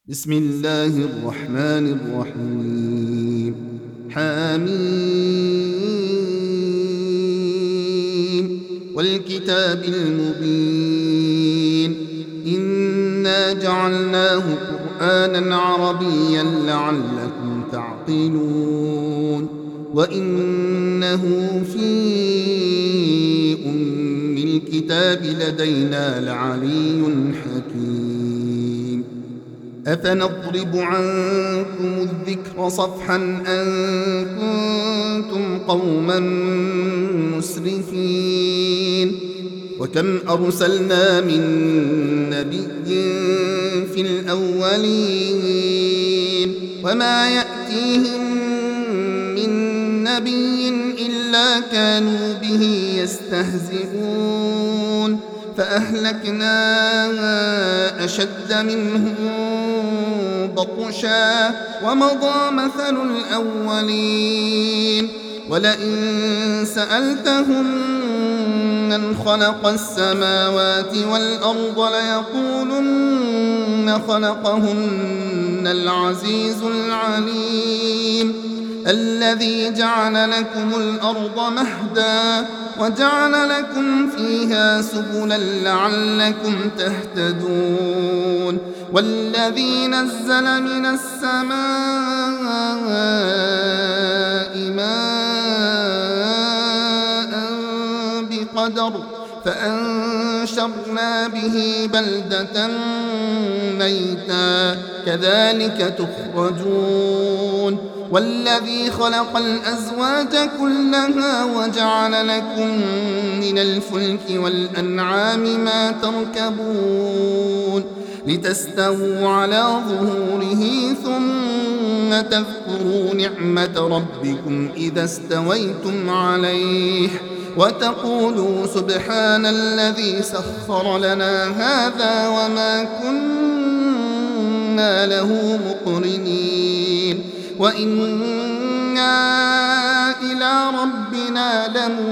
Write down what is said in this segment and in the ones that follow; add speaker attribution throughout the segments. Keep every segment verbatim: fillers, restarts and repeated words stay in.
Speaker 1: بسم الله الرحمن الرحيم. حميم والكتاب المبين. إنا جعلناه قرآنا عربيا لعلكم تعقلون وإنه في أم الكتاب لدينا لعلي حكيم. أفنضرب عنكم الذكر صفحا أن كنتم قوما مسرفين. وكم أرسلنا من نبي في الأولين وما يأتيهم من نبي إلا كانوا به يستهزئون فأهلكنا أشد منهم بطشا ومضى مثل الأولين. ولئن سألتهم من خلق السماوات والأرض ليقولن خلقهن العزيز العليم الذي جعل لكم الأرض مهدا وجعل لكم فيها سبلا لعلكم تهتدون والذي نزل من السماء ماء بقدر فأنشرنا به بلدة ميتا كذلك تخرجون والذي خلق الأزواج كلها وجعل لكم من الفلك والأنعام ما تركبون لتستووا على ظهوره ثم تذكروا نعمة ربكم إذا استويتم عليه وتقولوا سبحان الذي سخر لنا هذا وما كنا له مقرنين وإنا إلى ربنا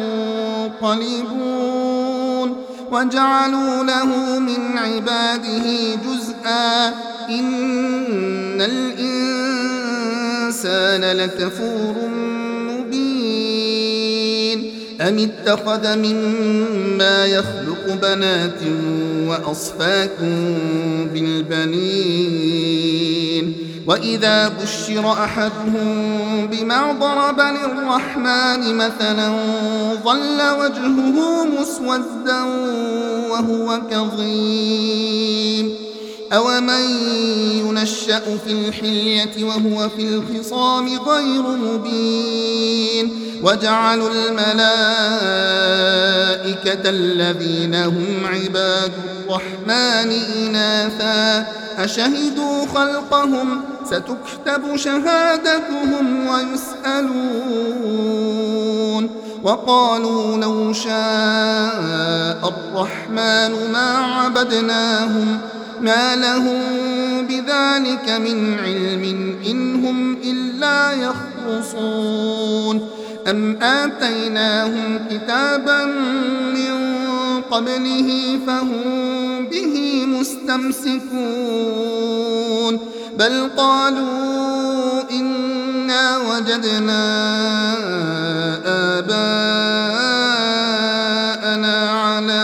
Speaker 1: لمنقلبون. وجعلوا له من عباده جزءا إن الإنسان لكفور مبين. أم اتخذ مما يخلق بنات وأصفاكم بالبنين وإذا بشر أحدهم بما ضرب للرحمن مثلا ظل وجهه مسودا وهو كظيم. أومن ينشأ في الحلية وهو في الخصام غير مبين. وجعلوا الملائكة الذين هم عباد الرحمن إناثا أشهدوا خلقهم ستكتب شهادتهم ويسألون. وقالوا لو شاء الرحمن ما عبدناهم ما لهم بذلك من علم إن هم إلا يخرصون. أم آتيناهم كتابا من قبله فهم به مستمسكون بل قالوا إنا وجدنا آباءنا على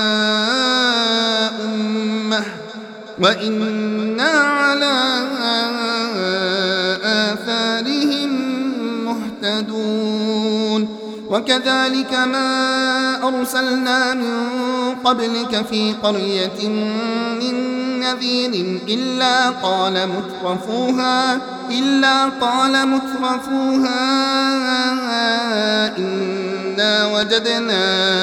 Speaker 1: أمة وإنا على آثارهم مهتدون. وكذلك ما أرسلنا من قبلك في قرية من نذير إلا قال مترفوها إلا قال مترفوها إنا وجدنا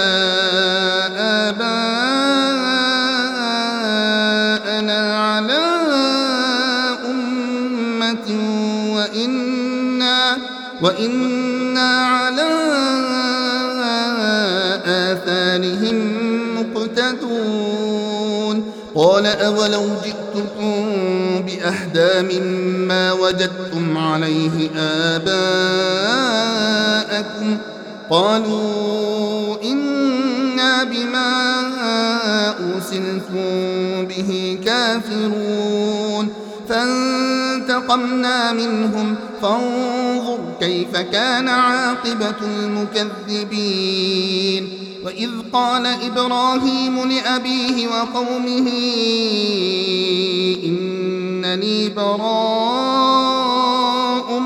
Speaker 1: آباءنا على أمة وإنا وإنا على آثارهم مقتدون. قال أولو جئتكم بأهدى مما وجدتم عليه آباءكم قالوا إنا بما أرسلتم به كافرون. فانتقمنا منهم فانظر كيف كان عاقبة المكذبين. وإذ قال إبراهيم لأبيه وقومه إنني براء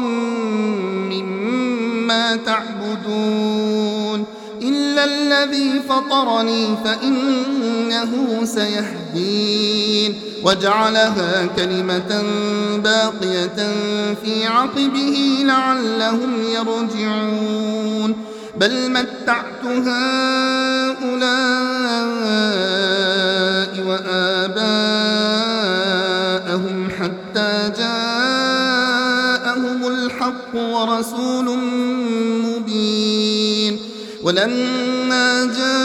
Speaker 1: مما تعبدون إلا الذي فطرني فإنه سيهدين وجعلها كلمة باقية في عقبه لعلهم يرجعون بل متعت هؤلاء وآباءهم حتى جاءهم الحق ورسول مبين ولما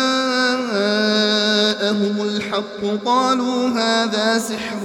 Speaker 1: جاءهم الحق قالوا هذا سحر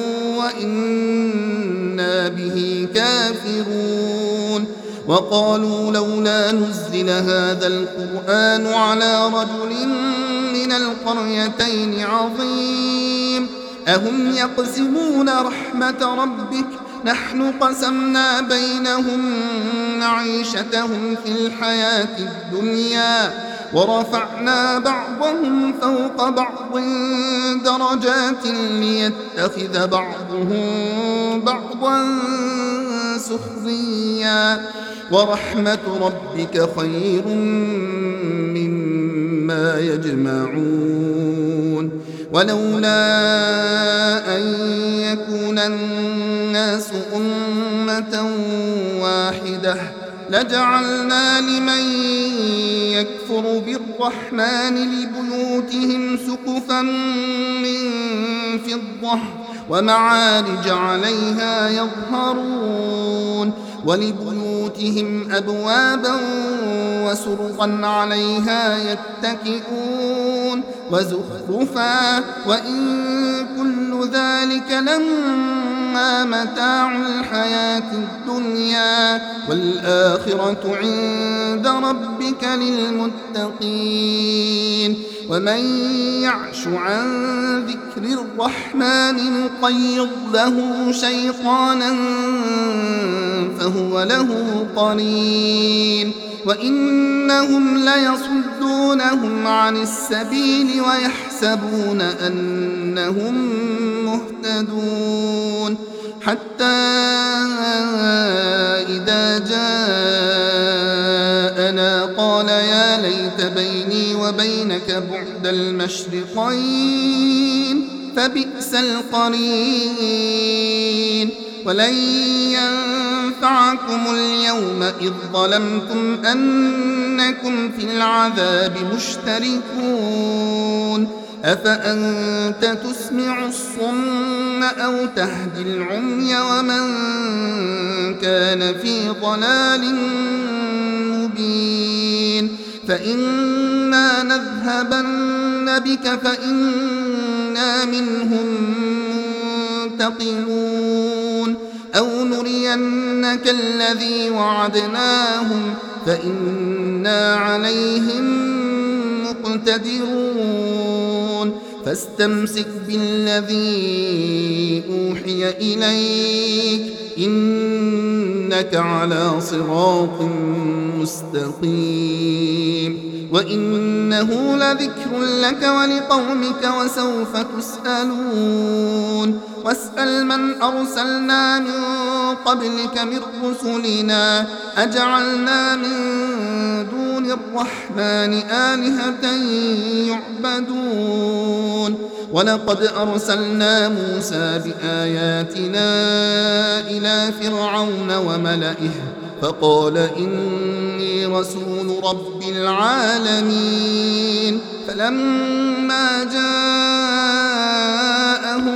Speaker 1: وإنا به كافرون وقالوا لولا نزل هذا القرآن على رجل من القريتين عظيم أهم يقسمون رحمة ربك نحن قسمنا بينهم معيشتهم في الحياة الدنيا ورفعنا بعضهم فوق بعض درجات ليتخذ بعضهم بعضا سخريا ورحمة ربك خير مما يجمعون ولولا أن يكون الناس أمة واحدة لجعلنا لمن يكفر بالرحمن لبيوتهم سقفا من فضة ومعارج عليها يظهرون ولبيوتهم أبوابا وسرقا عليها يتكئون وزخرفا وإن كل ذلك لما متاع الحياة الدنيا والآخرة عند ربك للمتقين ومن يعش عن ذكر الرحمن نقيض له شيطانا فهو له قرين وإنهم ليصدونهم عن السبيل ويحسبون أنهم مهتدون حتى إذا جاءنا قال يا ليت بيني وبينك بعد المشرقين فبئس القرين ولن ينفعكم اليوم إذ ظلمتم أنكم في العذاب مشتركون أفأنت تسمع الصم أو تهدي العمي ومن كان في ضلال مبين فإنا نذهبن بك فإنا منهم منتقمون أو نرينك الذي وعدناهم فإنا عليهم مقتدرون فاستمسك بالذي أوحي إليك إنك على صراط مستقيم وإنه لذكر لك ولقومك وسوف تسألون واسأل من أرسلنا من قبلك من رسلنا أجعلنا من دون الرحمن آلهة يعبدون ولقد أرسلنا موسى بآياتنا إلى فرعون وملئه فقال إني رسول رب العالمين فلما جاءهم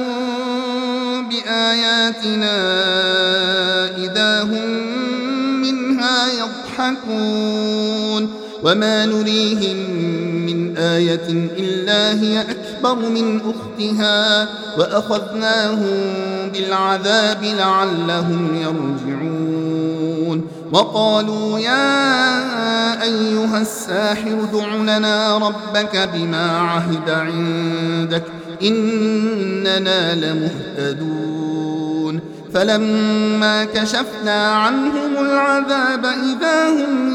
Speaker 1: بآياتنا إذا هم منها يضحكون وما نريهم من آية إلا هي أكبر من أختها وأخذناهم بالعذاب لعلهم يرجعون وقالوا يا أيها الساحر ادع لنا ربك بما عهد عندك إننا لمهتدون يكادون فلما كشفنا عنهم العذاب إذا هم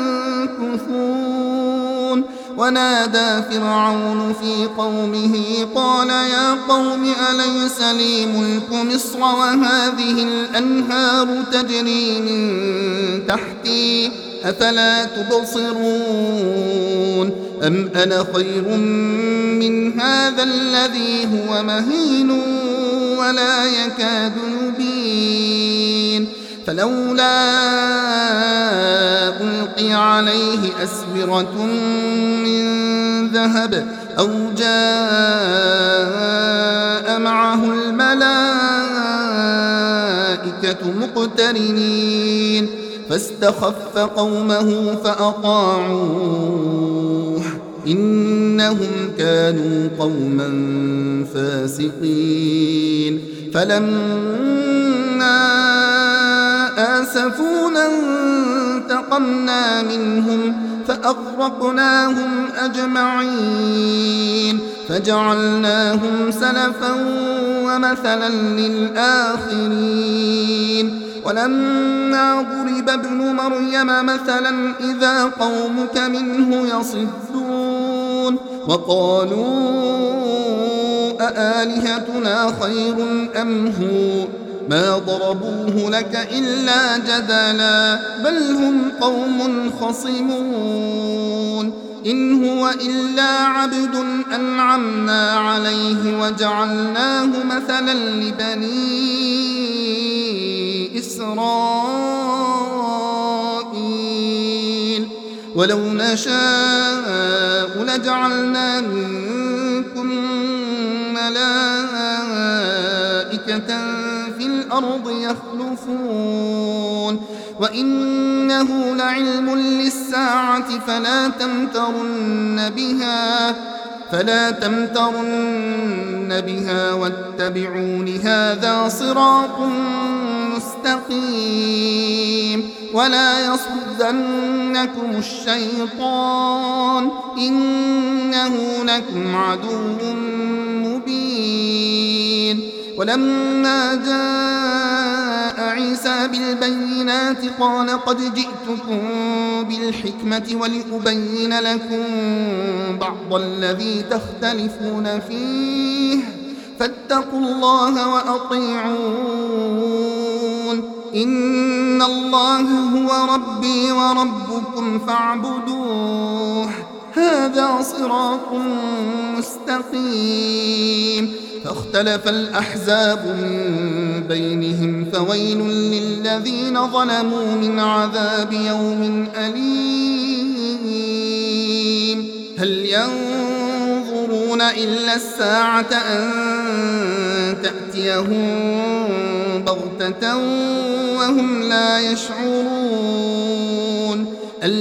Speaker 1: ينكثون ونادى فرعون في قومه قال يا قوم أليس لي ملك مصر وهذه الأنهار تجري من تحتي أفلا تبصرون أم أنا خير من هذا الذي هو مهين ولا يكاد يبين فلولا ألقي عليه أسورة من ذهب أو جاء معه الملائكة مقترنين فاستخف قومه فأطاعوه إنهم كانوا قوما فاسقين فلما آسفونا انتقمنا منهم فأغرقناهم أجمعين فجعلناهم سلفا ومثلا للآخرين ولما ضرب ابن مريم مثلا إذا قومك منه يصدون وقالوا أآلهتنا خير أم هو ما ضربوه لك إلا جدلا بل هم قوم خصمون إن هو إلا عبد أنعمنا عليه وجعلناه مثلا لبني إسرائيل ولو نشاء لجعلنا منكم ملائكة في الأرض يخلفون وإنه لعلم للساعة فلا تمترن بها فلا تمترن بها واتبعون هذا صراط مستقيم ولا يصدنكم الشيطان إنه لكم عدو مبين ولما جاء عيسى بالبينات قال قد جئتكم بالحكمة ولأبين لكم بعض الذي تختلفون فيه فاتقوا الله وأطيعون إن الله هو ربي وربكم فاعبدوه هذا صراط مستقيم فاختلف الأحزاب من بينهم فويل للذين ظلموا من عذاب يوم أليم هل ينظرون إلا الساعة أن تأتيهم بغتة وهم لا يشعرون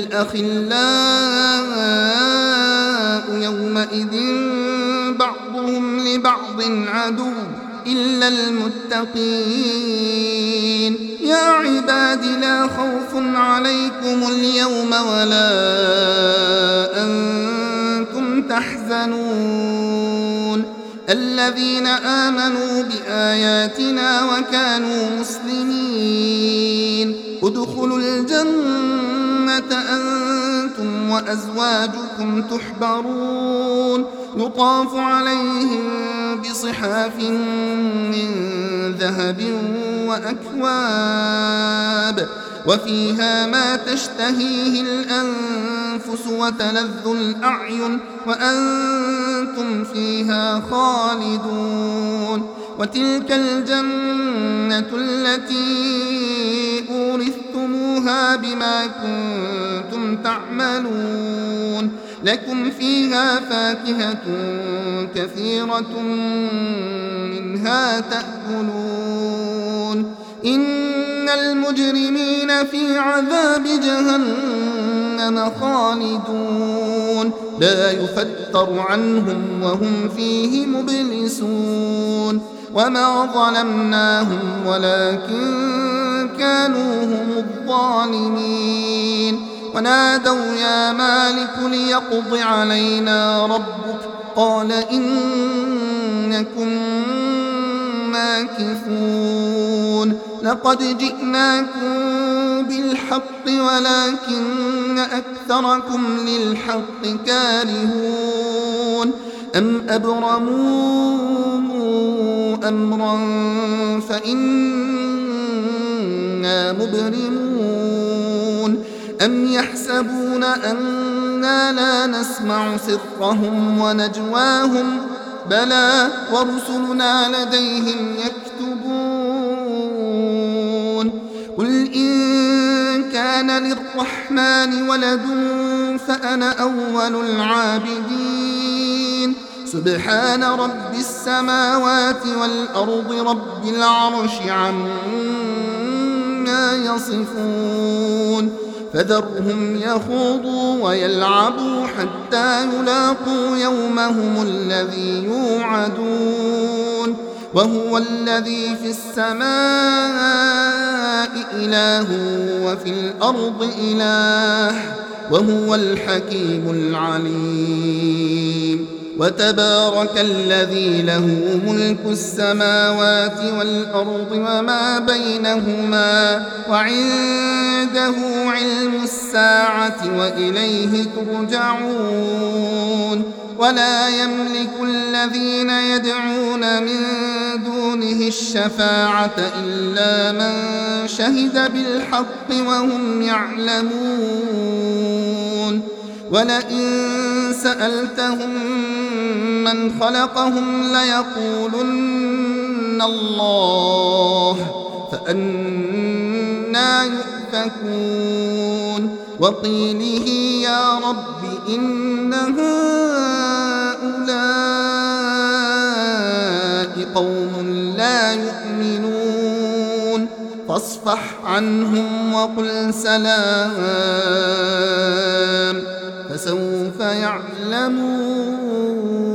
Speaker 1: الأخلاء يومئذ بعضهم لبعض عدو إلا المتقين يا عباد لا خوف عليكم اليوم ولا أنتم تحزنون الذين آمنوا بآياتنا وكانوا مسلمين ادخلوا الجنة أنتم وأزواجكم تحبرون يطاف عليهم بصحاف من ذهب وأكواب وفيها ما تشتهيه الأنفس وتلذ الأعين وأنتم فيها خالدون وتلك الجنة التي أورثتموها بما كنتم تعملون لكم فيها فاكهة كثيرة منها تأكلون إن المجرمين في عذاب جهنم خالدون لا يفتر عنهم وهم فيه مبلسون وما ظلمناهم ولكن كانوا هم الظالمين ونادوا يا مالك ليقض علينا ربك قال إنكم عاكفون لقد جئناكم بالحق ولكن أكثركم للحق كارهون أم أبرموا أمرا فإنا مبرمون أم يحسبون أنا لا نسمع سرهم ونجواهم بلى ورسلنا لديهم يكتبون قل إن كان للرحمن ولد فأنا أول العابدين سبحان رب السماوات والأرض رب العرش عما يصفون فذرهم يخوضوا ويلعبوا حتى يلاقوا يومهم الذي يوعدون وهو الذي في السماء إله وفي الأرض إله وهو الحكيم العليم وتبارك الذي له ملك السماوات والأرض وما بينهما وعنده علم الساعة وإليه ترجعون ولا يملك الذين يدعون من دونه الشفاعة إلا من شهد بالحق وهم يعلمون ولئن سألتهم من خلقهم ليقولن الله فأنى يؤفكون وقيله يا رب إن هؤلاء قوم لا يؤمنون فاصفح عنهم وقل سلام فسوف يعلمون.